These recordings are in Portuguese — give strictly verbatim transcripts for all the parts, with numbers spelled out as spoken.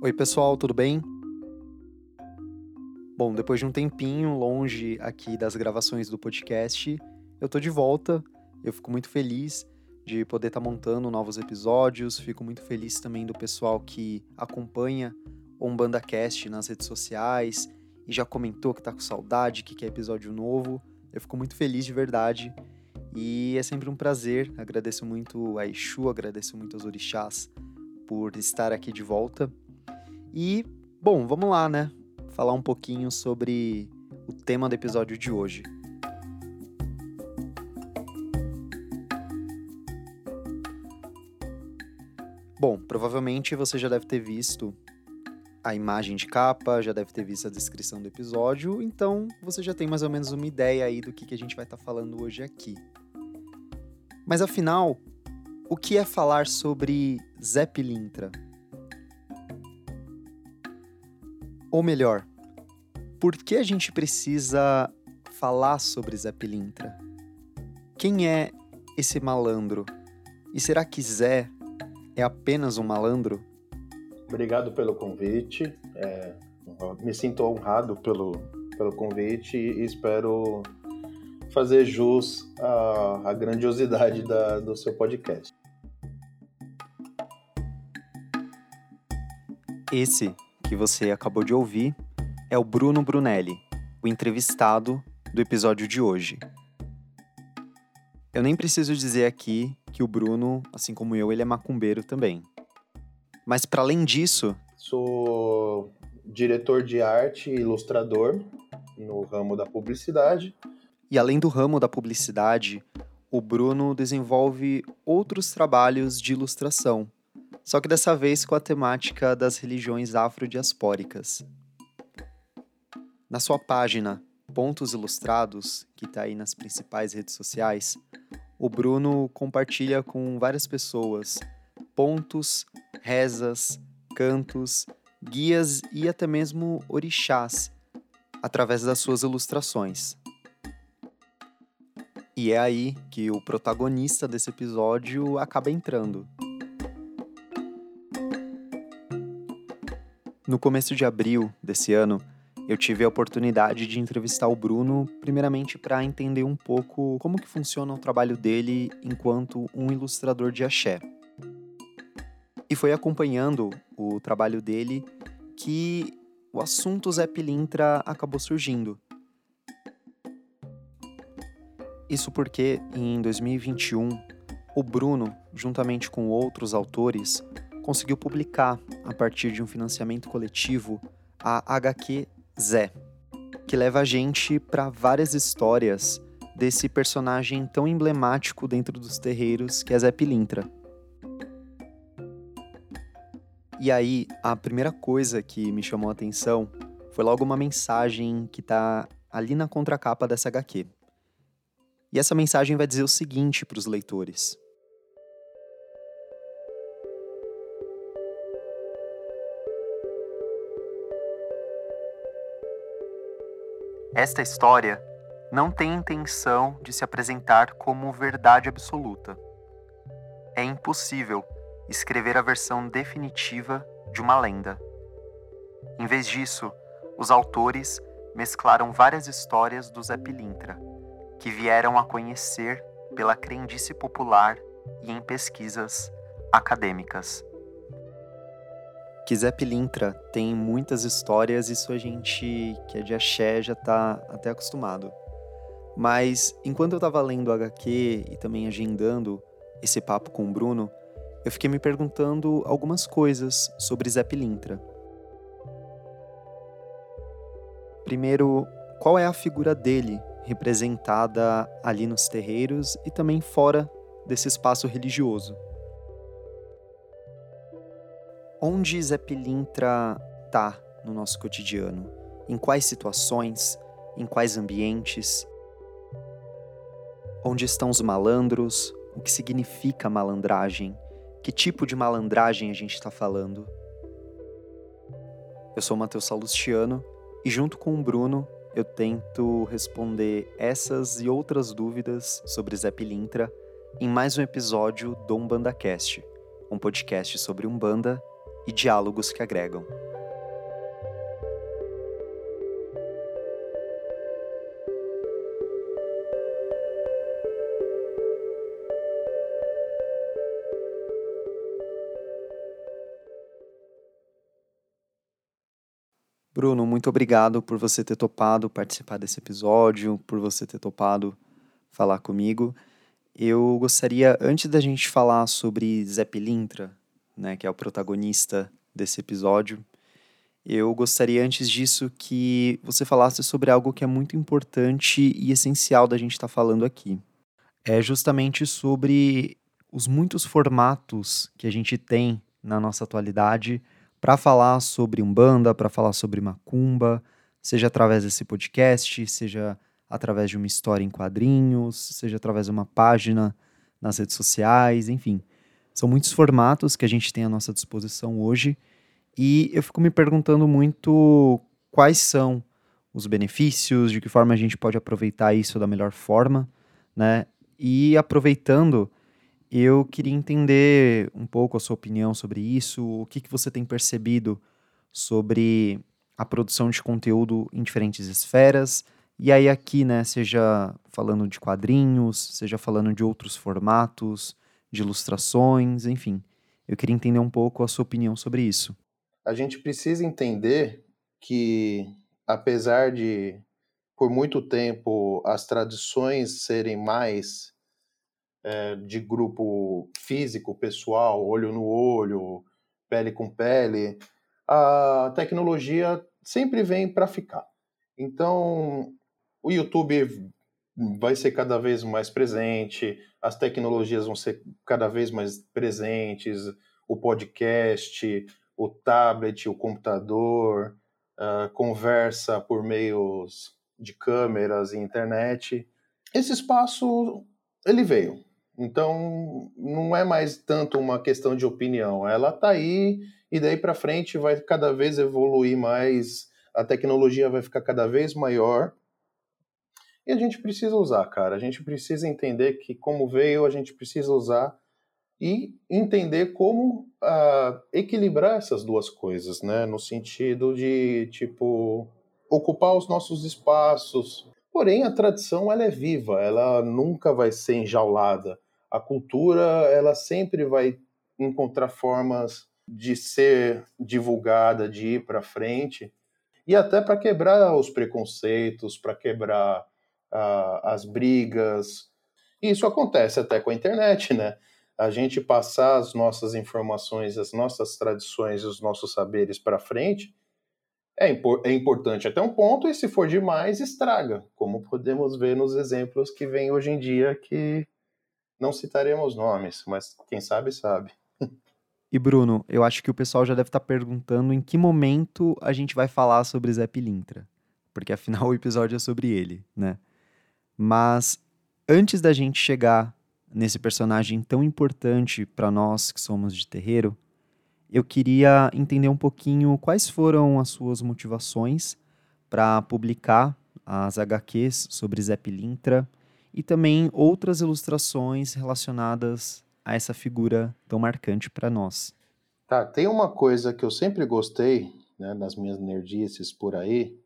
Oi pessoal, tudo bem? Bom, depois de um tempinho longe aqui das gravações do podcast, eu tô de volta. Eu fico muito feliz de poder estar montando novos episódios, fico muito feliz também do pessoal que acompanha o UmbandaCast nas redes sociais e já comentou que tá com saudade, que quer episódio novo. Eu fico muito feliz de verdade e é sempre um prazer. Agradeço muito a Exu, agradeço muito aos orixás por estar aqui de volta. E, bom, vamos lá, né? Falar um pouquinho sobre o tema do episódio de hoje. Bom, provavelmente você já deve ter visto a imagem de capa, já deve ter visto a descrição do episódio, então você já tem mais ou menos uma ideia aí do que, que a gente vai estar falando hoje aqui. Mas afinal, o que é falar sobre Zé Pilintra? Ou melhor, por que a gente precisa falar sobre Zé Pilintra? Quem é esse malandro? E será que Zé é apenas um malandro? Obrigado pelo convite. É, me sinto honrado pelo, pelo convite e espero fazer jus à, à grandiosidade da, do seu podcast. Esse que você acabou de ouvir é o Bruno Brunelli, o entrevistado do episódio de hoje. Eu nem preciso dizer aqui que o Bruno, assim como eu, ele é macumbeiro também. Mas para além disso... Sou diretor de arte e ilustrador no ramo da publicidade. E além do ramo da publicidade, o Bruno desenvolve outros trabalhos de ilustração, só que dessa vez com a temática das religiões afrodiaspóricas. Na sua página Pontos Ilustrados, que está aí nas principais redes sociais, o Bruno compartilha com várias pessoas pontos, rezas, cantos, guias e até mesmo orixás, através das suas ilustrações. E é aí que o protagonista desse episódio acaba entrando. No começo de abril desse ano, eu tive a oportunidade de entrevistar o Bruno, primeiramente para entender um pouco como que funciona o trabalho dele enquanto um ilustrador de axé. E foi acompanhando o trabalho dele que o assunto Zé Pilintra acabou surgindo. Isso porque, em dois mil e vinte e um, o Bruno, juntamente com outros autores, conseguiu publicar, a partir de um financiamento coletivo, a agá quê Zé, que leva a gente para várias histórias desse personagem tão emblemático dentro dos terreiros que é Zé Pilintra. E aí, a primeira coisa que me chamou a atenção foi logo uma mensagem que está ali na contracapa dessa agá quê. E essa mensagem vai dizer o seguinte para os leitores: esta história não tem intenção de se apresentar como verdade absoluta. É impossível escrever a versão definitiva de uma lenda. Em vez disso, os autores mesclaram várias histórias do Zé Pilintra, que vieram a conhecer pela crendice popular e em pesquisas acadêmicas. Que Zé Pilintra tem muitas histórias, isso a gente que é de axé já tá até acostumado. Mas enquanto eu tava lendo o agá quê e também agendando esse papo com o Bruno, eu fiquei me perguntando algumas coisas sobre Zé Pilintra. Primeiro, qual é a figura dele representada ali nos terreiros e também fora desse espaço religioso? Onde Zé Pilintra está no nosso cotidiano? Em quais situações? Em quais ambientes? Onde estão os malandros? O que significa malandragem? Que tipo de malandragem a gente está falando? Eu sou o Matheus Salustiano e junto com o Bruno eu tento responder essas e outras dúvidas sobre Zé Pilintra em mais um episódio do UmbandaCast, um podcast sobre Umbanda e diálogos que agregam. Bruno, muito obrigado por você ter topado participar desse episódio, por você ter topado falar comigo. Eu gostaria, antes da gente falar sobre Zé Pilintra, né, que é o protagonista desse episódio, eu gostaria, antes disso, que você falasse sobre algo que é muito importante e essencial da gente estar falando aqui. É justamente sobre os muitos formatos que a gente tem na nossa atualidade para falar sobre Umbanda, para falar sobre Macumba, seja através desse podcast, seja através de uma história em quadrinhos, seja através de uma página nas redes sociais, enfim. São muitos formatos que a gente tem à nossa disposição hoje e eu fico me perguntando muito quais são os benefícios, de que forma a gente pode aproveitar isso da melhor forma, né? E aproveitando, eu queria entender um pouco a sua opinião sobre isso, o que, que você tem percebido sobre a produção de conteúdo em diferentes esferas, e aí aqui, né, seja falando de quadrinhos, seja falando de outros formatos, de ilustrações, enfim. Eu queria entender um pouco a sua opinião sobre isso. A gente precisa entender que, apesar de, por muito tempo, as tradições serem mais é, de grupo físico, pessoal, olho no olho, pele com pele, a tecnologia sempre vem para ficar. Então, o YouTube vai ser cada vez mais presente, as tecnologias vão ser cada vez mais presentes, o podcast, o tablet, o computador, a conversa por meios de câmeras e internet. Esse espaço, ele veio. Então, não é mais tanto uma questão de opinião. Ela está aí e daí para frente vai cada vez evoluir mais, a tecnologia vai ficar cada vez maior. E a gente precisa usar, cara. A gente precisa entender que como veio, a gente precisa usar e entender como uh, equilibrar essas duas coisas, né? No sentido de, tipo, ocupar os nossos espaços. Porém, a tradição, ela é viva, ela nunca vai ser enjaulada. A cultura, ela sempre vai encontrar formas de ser divulgada, de ir para frente, e até para quebrar os preconceitos, para quebrar uh, as brigas. E isso acontece até com a internet, né? A gente passar as nossas informações, as nossas tradições e os nossos saberes para frente é, impor- é importante até um ponto, e se for demais, estraga, como podemos ver nos exemplos que vêm hoje em dia, que não citaremos nomes, mas quem sabe, sabe. E Bruno, eu acho que o pessoal já deve estar perguntando em que momento a gente vai falar sobre Zé Pilintra, porque afinal o episódio é sobre ele, né? Mas antes da gente chegar nesse personagem tão importante para nós que somos de terreiro, eu queria entender um pouquinho quais foram as suas motivações para publicar as H Qs sobre Zé Pilintra e também outras ilustrações relacionadas a essa figura tão marcante para nós. Tá, tem uma coisa que eu sempre gostei, né, nas minhas nerdices por aí,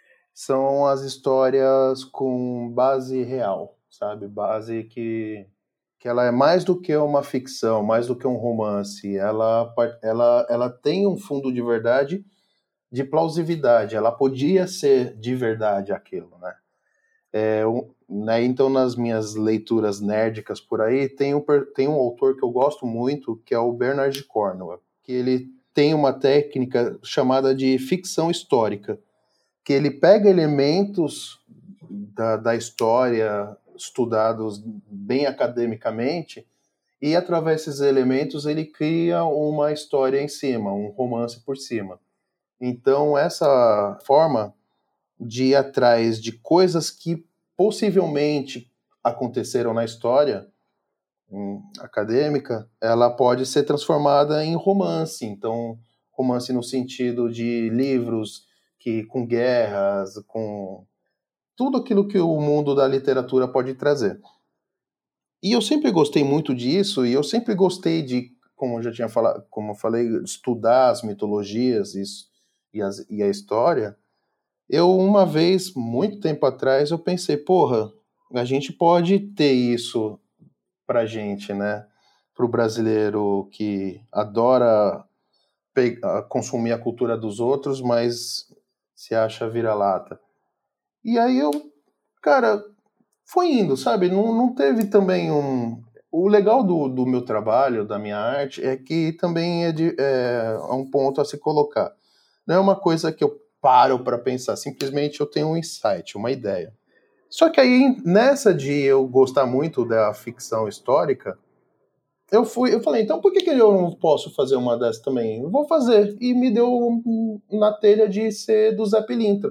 são as histórias com base real, sabe? Base que, que ela é mais do que uma ficção, mais do que um romance. Ela, ela, ela tem um fundo de verdade, de plausibilidade. Ela podia ser de verdade aquilo, né? É, um, né? Então, nas minhas leituras nerdicas por aí, tem um, tem um autor que eu gosto muito, que é o Bernard Cornwell, que ele tem uma técnica chamada de ficção histórica, que ele pega elementos da, da história estudados bem academicamente e, através desses elementos, ele cria uma história em cima, um romance por cima. Então, essa forma de ir atrás de coisas que possivelmente aconteceram na história hum, acadêmica, ela pode ser transformada em romance. Então, romance no sentido de livros que com guerras, com tudo aquilo que o mundo da literatura pode trazer. E eu sempre gostei muito disso, e eu sempre gostei de como eu já tinha falado, como eu falei, estudar as mitologias e, e, as, e a história, eu uma vez, muito tempo atrás, eu pensei, porra, a gente pode ter isso pra gente, né? Pro brasileiro que adora pe- consumir a cultura dos outros, mas se acha vira-lata. E aí eu, cara, foi indo, sabe? Não, não teve também um... O legal do, do meu trabalho, da minha arte, é que também é, de, é, é um ponto a se colocar. Não é uma coisa que eu paro para pensar, simplesmente eu tenho um insight, uma ideia. Só que aí, nessa de eu gostar muito da ficção histórica, eu fui, eu falei, então por que, que eu não posso fazer uma dessas também? Eu vou fazer. E me deu um, na telha de ser do Zé Pilintra.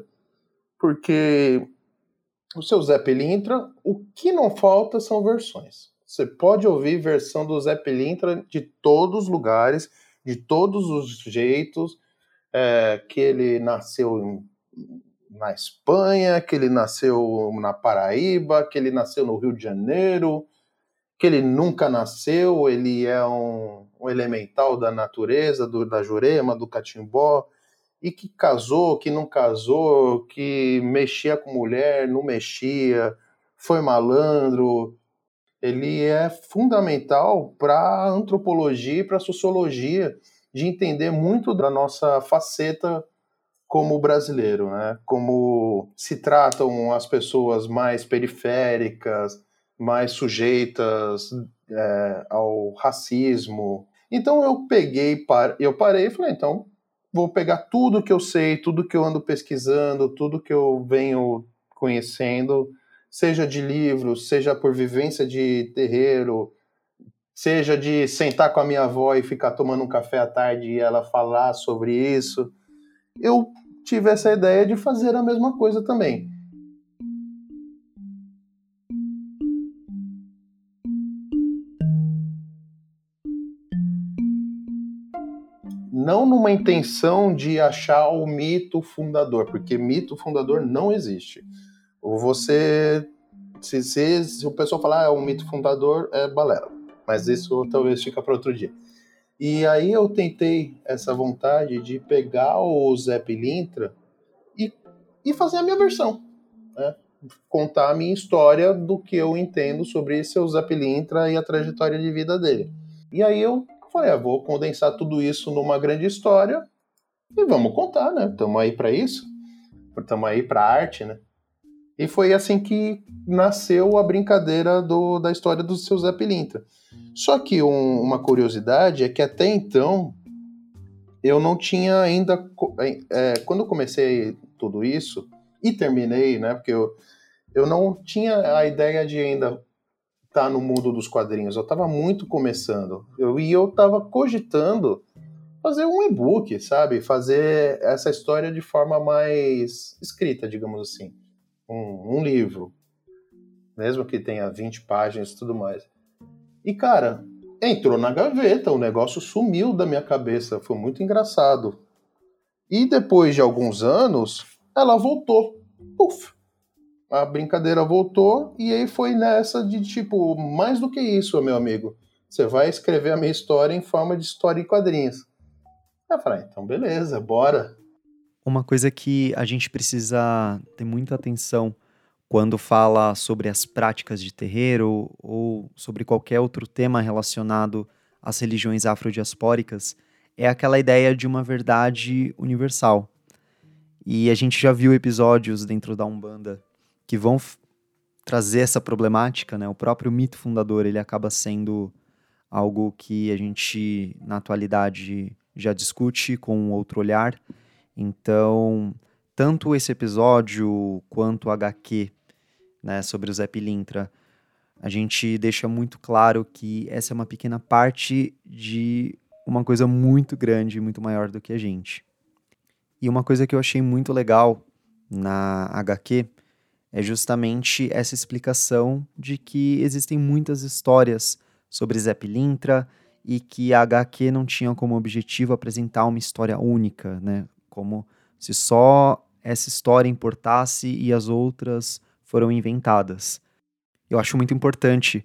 Porque o seu Zé Pilintra, o que não falta são versões. Você pode ouvir versão do Zé Pilintra de todos os lugares, de todos os jeitos, é, que ele nasceu em, na Espanha, que ele nasceu na Paraíba, que ele nasceu no Rio de Janeiro, que ele nunca nasceu, ele é um, um elemental da natureza, do, da Jurema, do Catimbó, e que casou, que não casou, que mexia com mulher, não mexia, foi malandro. Ele é fundamental para a antropologia e para a sociologia de entender muito da nossa faceta como brasileiro, né? Como se tratam as pessoas mais periféricas, mais sujeitas é, ao racismo. Então eu peguei, eu parei e falei, então vou pegar tudo que eu sei, tudo que eu ando pesquisando, tudo que eu venho conhecendo, seja de livros, seja por vivência de terreiro, seja de sentar com a minha avó e ficar tomando um café à tarde e ela falar sobre isso. Eu tive essa ideia de fazer a mesma coisa também. Não numa intenção de achar o mito fundador, porque mito fundador não existe. Ou você, se, se, se o pessoal falar ah, é um mito fundador, é balela. Mas isso talvez fica para outro dia. E aí eu tentei essa vontade de pegar o Zé Pilintra e, e fazer a minha versão, né? Contar a minha história do que eu entendo sobre esse Zé Pilintra e a trajetória de vida dele. E aí eu falei, ah, vou condensar tudo isso numa grande história e vamos contar, né? Estamos aí para isso, estamos aí para arte, né? E foi assim que nasceu a brincadeira do, da história do seu Zé Pilintra. Só que um, uma curiosidade é que até então eu não tinha ainda... É, quando eu comecei tudo isso e terminei, né? Porque eu, eu não tinha a ideia de ainda estar no mundo dos quadrinhos. Eu estava muito começando. Eu, e eu estava cogitando fazer um e-book, sabe? Fazer essa história de forma mais escrita, digamos assim. Um, um livro. Mesmo que tenha vinte páginas e tudo mais. E, cara, entrou na gaveta, o negócio sumiu da minha cabeça. Foi muito engraçado. E depois de alguns anos, ela voltou. Puf! A brincadeira voltou e aí foi nessa de tipo, mais do que isso, meu amigo. Você vai escrever a minha história em forma de história em quadrinhos. Eu falei, ah, então beleza, bora. Uma coisa que a gente precisa ter muita atenção quando fala sobre as práticas de terreiro ou sobre qualquer outro tema relacionado às religiões afrodiaspóricas é aquela ideia de uma verdade universal. E a gente já viu episódios dentro da Umbanda que vão f- trazer essa problemática, né? O próprio mito fundador, ele acaba sendo algo que a gente, na atualidade, já discute com um outro olhar. Então, tanto esse episódio quanto o agá quê, né, sobre o Zé Pilintra, a gente deixa muito claro que essa é uma pequena parte de uma coisa muito grande, muito maior do que a gente. E uma coisa que eu achei muito legal na agá quê é justamente essa explicação de que existem muitas histórias sobre Zé Pilintra e que a agá quê não tinha como objetivo apresentar uma história única, né? Como se só essa história importasse e as outras foram inventadas. Eu acho muito importante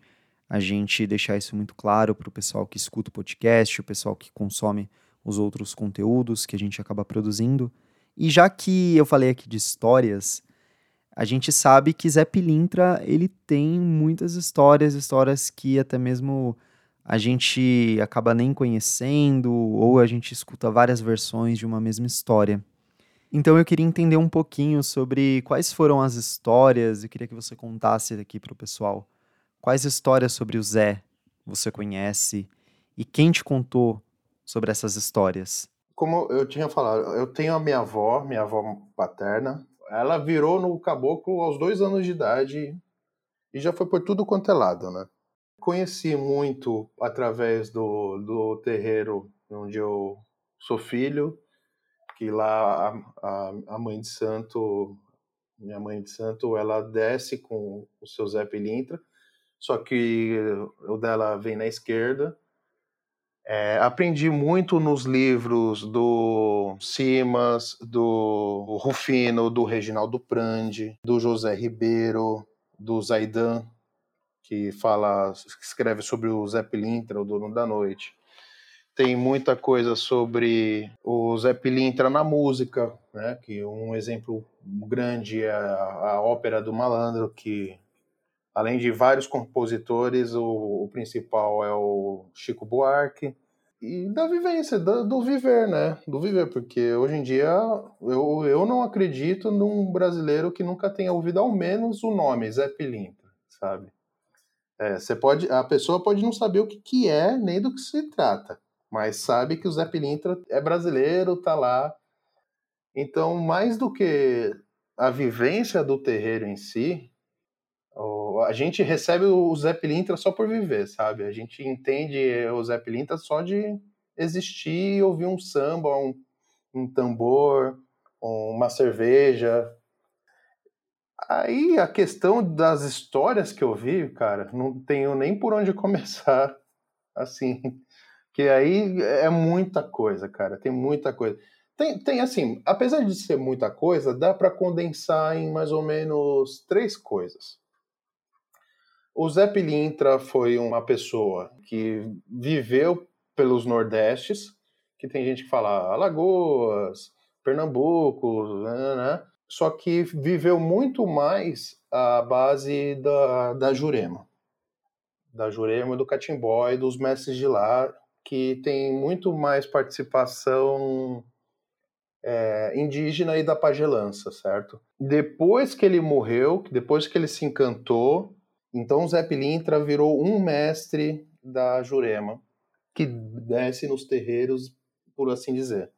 a gente deixar isso muito claro para o pessoal que escuta o podcast, o pessoal que consome os outros conteúdos que a gente acaba produzindo. E já que eu falei aqui de histórias, a gente sabe que Zé Pilintra, ele tem muitas histórias, histórias que até mesmo a gente acaba nem conhecendo, ou a gente escuta várias versões de uma mesma história. Então eu queria entender um pouquinho sobre quais foram as histórias, eu queria que você contasse aqui para o pessoal. Quais histórias sobre o Zé você conhece e quem te contou sobre essas histórias? Como eu tinha falado, eu tenho a minha avó, minha avó paterna. Ela virou no caboclo aos dois anos de idade e já foi por tudo quanto é lado, né? Conheci muito através do, do terreiro onde eu sou filho, que lá a, a, a mãe de santo, minha mãe de santo, ela desce com o seu Zé Pilintra, só que o dela vem na esquerda. É, aprendi muito nos livros do Simas, do Rufino, do Reginaldo Prandi, do José Ribeiro, do Zaidan, que fala, que escreve sobre o Zé Pilintra, o dono da noite. Tem muita coisa sobre o Zé Pilintra na música, né? Que um exemplo grande é a, a ópera do Malandro, que além de vários compositores, o, o principal é o Chico Buarque. E da vivência, do, do viver, né? Do viver, porque hoje em dia eu, eu não acredito num brasileiro que nunca tenha ouvido ao menos o nome Zé Pilintra, sabe? É, você pode, a pessoa pode não saber o que, que é, nem do que se trata, mas sabe que o Zé Pilintra é brasileiro, tá lá. Então, mais do que a vivência do terreiro em si, a gente recebe o Zé Pilintra só por viver, sabe? A gente entende o Zé Pilintra só de existir e ouvir um samba, um, um tambor, uma cerveja. Aí a questão das histórias que eu vi, cara, não tenho nem por onde começar, assim, que aí é muita coisa, cara, tem muita coisa. Tem, tem assim, apesar de ser muita coisa, dá para condensar em mais ou menos três coisas. O Zé Pilintra foi uma pessoa que viveu pelos Nordestes, que tem gente que fala Alagoas, Pernambuco, né, né? Só que viveu muito mais a base da, da Jurema. Da Jurema, do Catimbó e dos mestres de lá, que tem muito mais participação é, indígena e da pagelança, certo? Depois que ele morreu, depois que ele se encantou, então Zé Pilintra virou um mestre da Jurema, que desce nos terreiros, por assim dizer.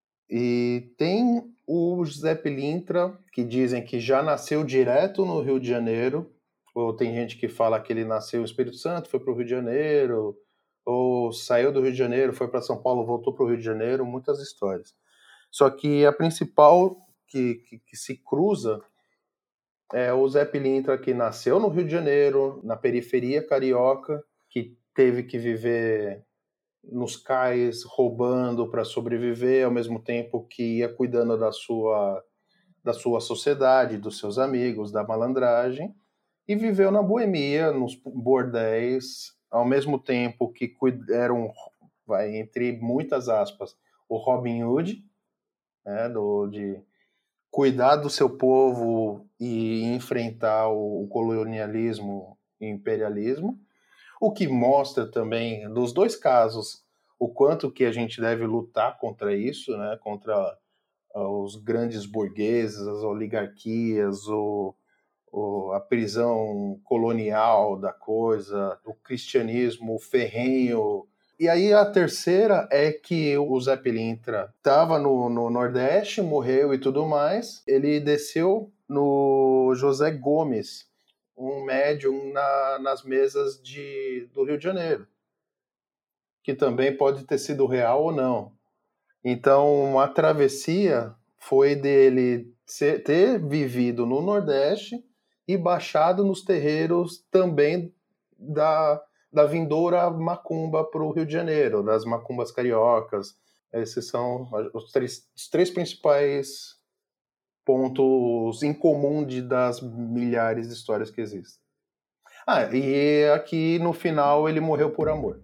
E tem o Zé Pilintra, que dizem que já nasceu direto no Rio de Janeiro, ou tem gente que fala que ele nasceu no Espírito Santo, foi para o Rio de Janeiro, ou saiu do Rio de Janeiro, foi para São Paulo, voltou para o Rio de Janeiro, muitas histórias. Só que a principal que, que, que se cruza é o Zé Pilintra, que nasceu no Rio de Janeiro, na periferia carioca, que teve que viver nos cais, roubando para sobreviver, ao mesmo tempo que ia cuidando da sua, da sua sociedade, dos seus amigos, da malandragem, e viveu na boemia, nos bordéis, ao mesmo tempo que era um, vai, entre muitas aspas, o Robin Hood, né, do, de cuidar do seu povo e enfrentar o, o colonialismo e imperialismo, o que mostra também, nos dois casos, o quanto que a gente deve lutar contra isso, né, contra uh, os grandes burgueses, as oligarquias, o, o, a prisão colonial da coisa, o cristianismo ferrenho. E aí a terceira é que o Zé Pilintra estava no, no Nordeste, morreu e tudo mais. Ele desceu no José Gomes, um médium na, nas mesas de, do Rio de Janeiro, que também pode ter sido real ou não. Então, a travessia foi dele ser, ter vivido no Nordeste e baixado nos terreiros também da, da vindoura macumba para o Rio de Janeiro, das macumbas cariocas. Esses são os três, os três principais pontos em comum de, das milhares de histórias que existem. Ah, e aqui no final ele morreu por amor.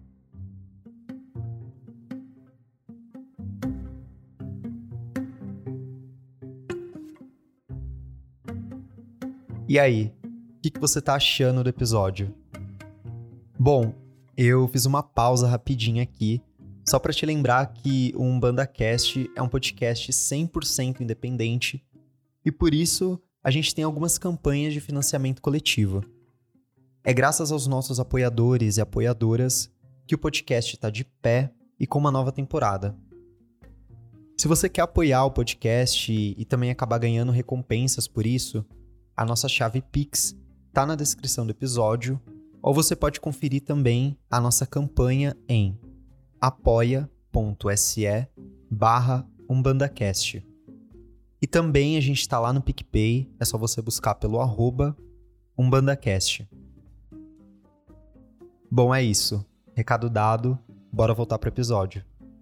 E aí, o que, que você tá achando do episódio? Bom, eu fiz uma pausa rapidinha aqui, só para te lembrar que o UmbandaCast é um podcast cem por cento independente e por isso a gente tem algumas campanhas de financiamento coletivo. É graças aos nossos apoiadores e apoiadoras que o podcast está de pé e com uma nova temporada. Se você quer apoiar o podcast e, e também acabar ganhando recompensas por isso, a nossa chave Pix está na descrição do episódio, ou você pode conferir também a nossa campanha em apoia.se barra umbandacast. E também a gente está lá no PicPay, é só você buscar pelo arroba umbandacast. Bom, é isso. Recado dado, bora voltar pro episódio.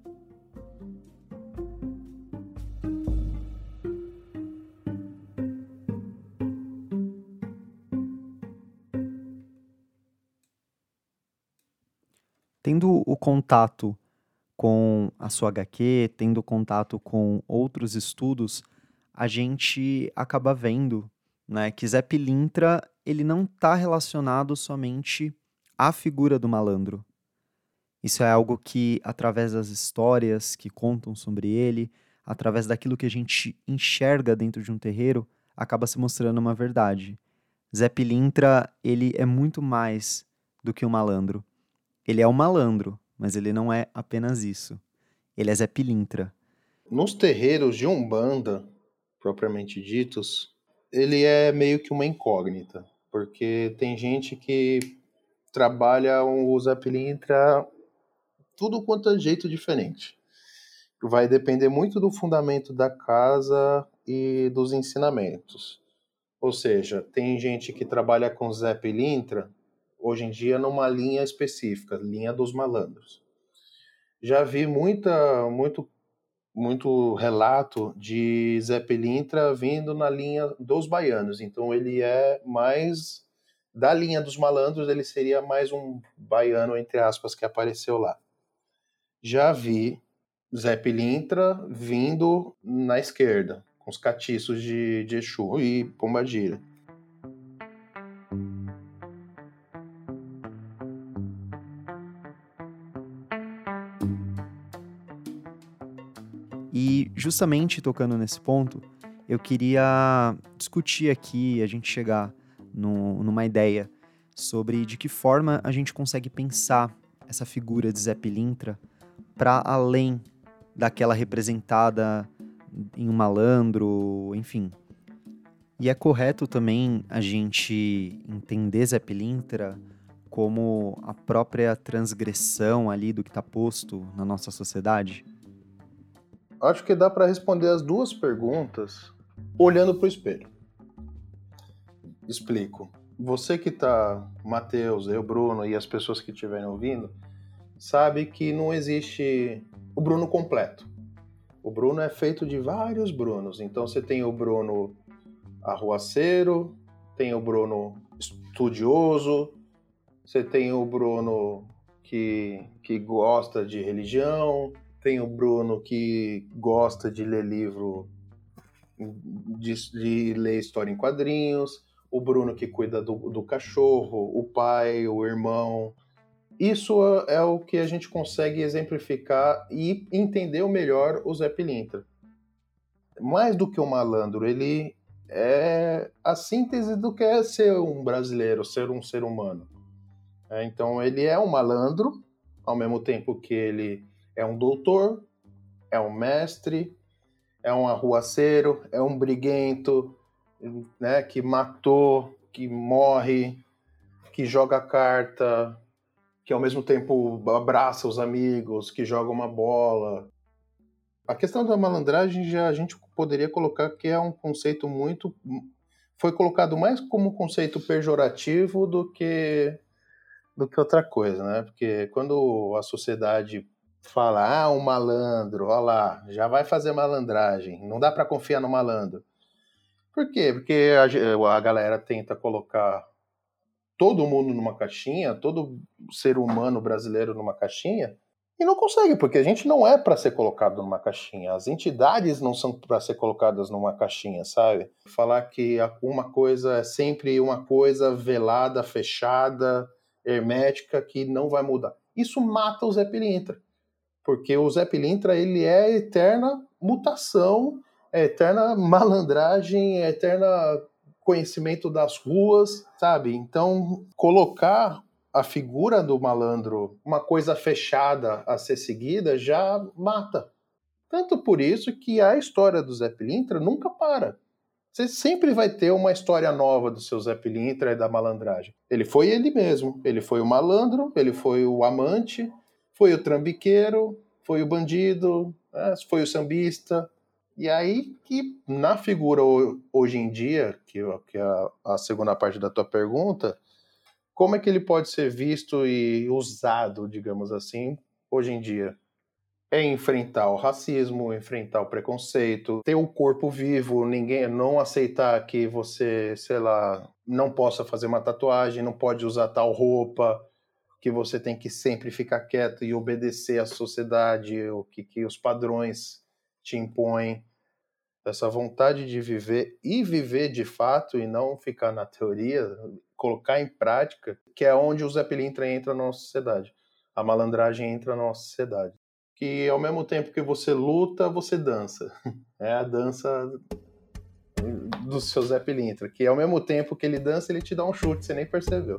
Tendo o contato com a sua agá quê, tendo contato com outros estudos, a gente acaba vendo, né, que Zé Pilintra ele não está relacionado somente à figura do malandro. Isso é algo que, através das histórias que contam sobre ele, através daquilo que a gente enxerga dentro de um terreiro, acaba se mostrando uma verdade. Zé Pilintra, ele é muito mais do que um malandro. Ele é um malandro, mas ele não é apenas isso. Ele é Zé Pilintra. Nos terreiros de Umbanda, propriamente ditos, ele é meio que uma incógnita, porque tem gente que trabalha o Zé Pilintra tudo quanto é jeito diferente. Vai depender muito do fundamento da casa e dos ensinamentos. Ou seja, tem gente que trabalha com Zé Pilintra hoje em dia numa linha específica, linha dos malandros. Já vi muita, muito, muito relato de Zé Pilintra vindo na linha dos baianos. Então ele é mais da linha dos malandros, ele seria mais um baiano, entre aspas, que apareceu lá. Já vi Zé Pilintra vindo na esquerda, com os catiços de, de Exu e Pombagira. E justamente tocando nesse ponto, eu queria discutir aqui, a gente chegar no, numa ideia sobre de que forma a gente consegue pensar essa figura de Zé Pilintra para além daquela representada em um malandro, enfim. E é correto também a gente entender Zé Pilintra como a própria transgressão ali do que está posto na nossa sociedade? Acho que dá para responder as duas perguntas olhando para o espelho. Explico. Você que tá, Matheus, eu, Bruno e as pessoas que estiverem ouvindo, sabe que não existe o Bruno completo. O Bruno é feito de vários Brunos. Então você tem o Bruno arruaceiro, tem o Bruno estudioso, você tem o Bruno que, que gosta de religião, tem o Bruno que gosta de ler livro, de, de ler história em quadrinhos, o Bruno que cuida do, do cachorro, o pai, o irmão. Isso é o que a gente consegue exemplificar e entender melhor o Zé Pilintra. Mais do que um malandro, ele é a síntese do que é ser um brasileiro, ser um ser humano. É, então ele é um malandro, ao mesmo tempo que ele é um doutor, é um mestre, é um arruaceiro, é um briguento, né, que matou, que morre, que joga carta, que ao mesmo tempo abraça os amigos, que joga uma bola. A questão da malandragem já a gente poderia colocar que é um conceito muito... Foi colocado mais como um conceito pejorativo do que, do que outra coisa, né? Porque quando a sociedade fala, ah, um malandro, olha lá, já vai fazer malandragem, não dá para confiar no malandro. Por quê? Porque a, a galera tenta colocar todo mundo numa caixinha, todo ser humano brasileiro numa caixinha, e não consegue, porque a gente não é para ser colocado numa caixinha. As entidades não são para ser colocadas numa caixinha, sabe? Falar que uma coisa é sempre uma coisa velada, fechada, hermética, que não vai mudar. Isso mata o Zé Pilintra. Porque o Zé Pilintra, ele é eterna mutação, é eterna malandragem, é eterna conhecimento das ruas, sabe? Então, colocar a figura do malandro, uma coisa fechada a ser seguida, já mata. Tanto por isso que a história do Zé Pilintra nunca para. Você sempre vai ter uma história nova do seu Zé Pilintra e da malandragem. Ele foi ele mesmo. Ele foi o malandro, ele foi o amante, foi o trambiqueiro, foi o bandido, né? Foi o sambista. E aí que na figura hoje em dia, que, que é a, a segunda parte da tua pergunta, como é que ele pode ser visto e usado, digamos assim, hoje em dia? É enfrentar o racismo, enfrentar o preconceito, ter o corpo vivo, ninguém não aceitar que você, sei lá, não possa fazer uma tatuagem, não pode usar tal roupa, que você tem que sempre ficar quieto e obedecer à sociedade, o que, que os padrões te impõem. Essa vontade de viver e viver de fato e não ficar na teoria, colocar em prática, que é onde o Zé Pilintra entra na nossa sociedade. A malandragem entra na nossa sociedade. Que ao mesmo tempo que você luta, você dança. É a dança do seu Zé Pilintra. Que ao mesmo tempo que ele dança, ele te dá um chute, você nem percebeu.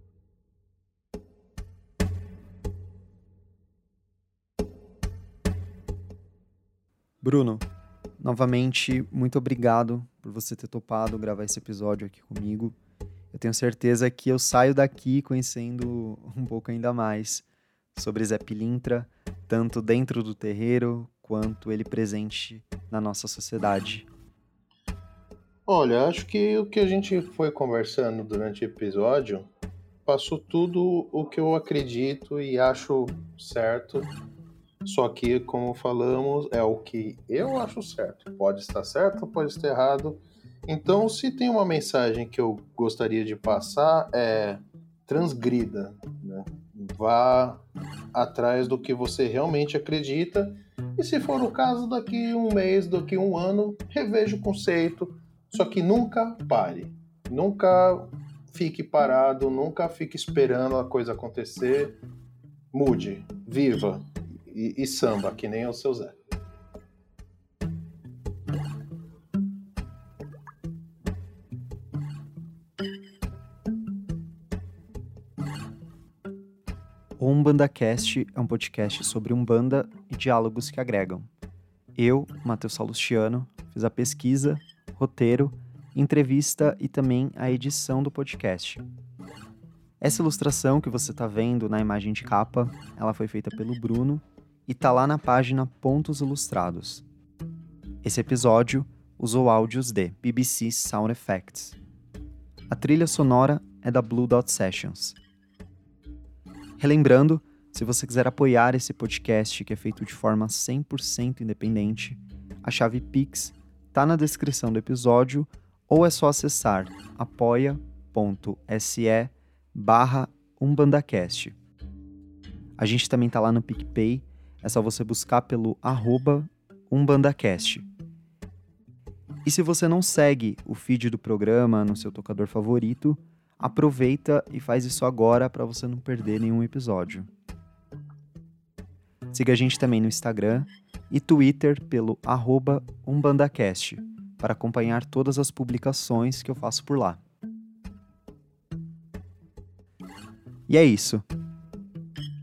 Bruno, novamente, muito obrigado por você ter topado gravar esse episódio aqui comigo. Eu tenho certeza que eu saio daqui conhecendo um pouco ainda mais sobre Zé Pilintra, tanto dentro do terreiro, quanto ele presente na nossa sociedade. Olha, acho que o que a gente foi conversando durante o episódio passou tudo o que eu acredito e acho certo. Só que, como falamos, é o que eu acho certo. Pode estar certo, pode estar errado. Então, se tem uma mensagem que eu gostaria de passar, é transgrida, né? Vá atrás do que você realmente acredita. E se for o caso, daqui um mês, daqui um ano, reveja o conceito. Só que nunca pare. Nunca fique parado, nunca fique esperando a coisa acontecer. Mude, viva. E, e samba, que nem o seu Zé. O UmbandaCast é um podcast sobre Umbanda e diálogos que agregam. Eu, Matheus Salustiano, fiz a pesquisa, roteiro, entrevista e também a edição do podcast. Essa ilustração que você está vendo na imagem de capa, ela foi feita pelo Bruno e tá lá na página Pontos Ilustrados. Esse episódio usou áudios de B B C Sound Effects. A trilha sonora é da Blue Dot Sessions. Relembrando, se você quiser apoiar esse podcast que é feito de forma cem por cento independente, a chave Pix tá na descrição do episódio ou é só acessar apoia.se barra umbandacast. A gente também tá lá no PicPay, é só você buscar pelo arroba umbandacast. E se você não segue o feed do programa no seu tocador favorito, aproveita e faz isso agora para você não perder nenhum episódio. Siga a gente também no Instagram e Twitter pelo arroba umbandacast para acompanhar todas as publicações que eu faço por lá. E é isso.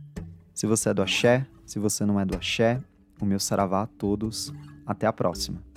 Se você é do axé, se você não é do axé, o meu saravá a todos. Até a próxima.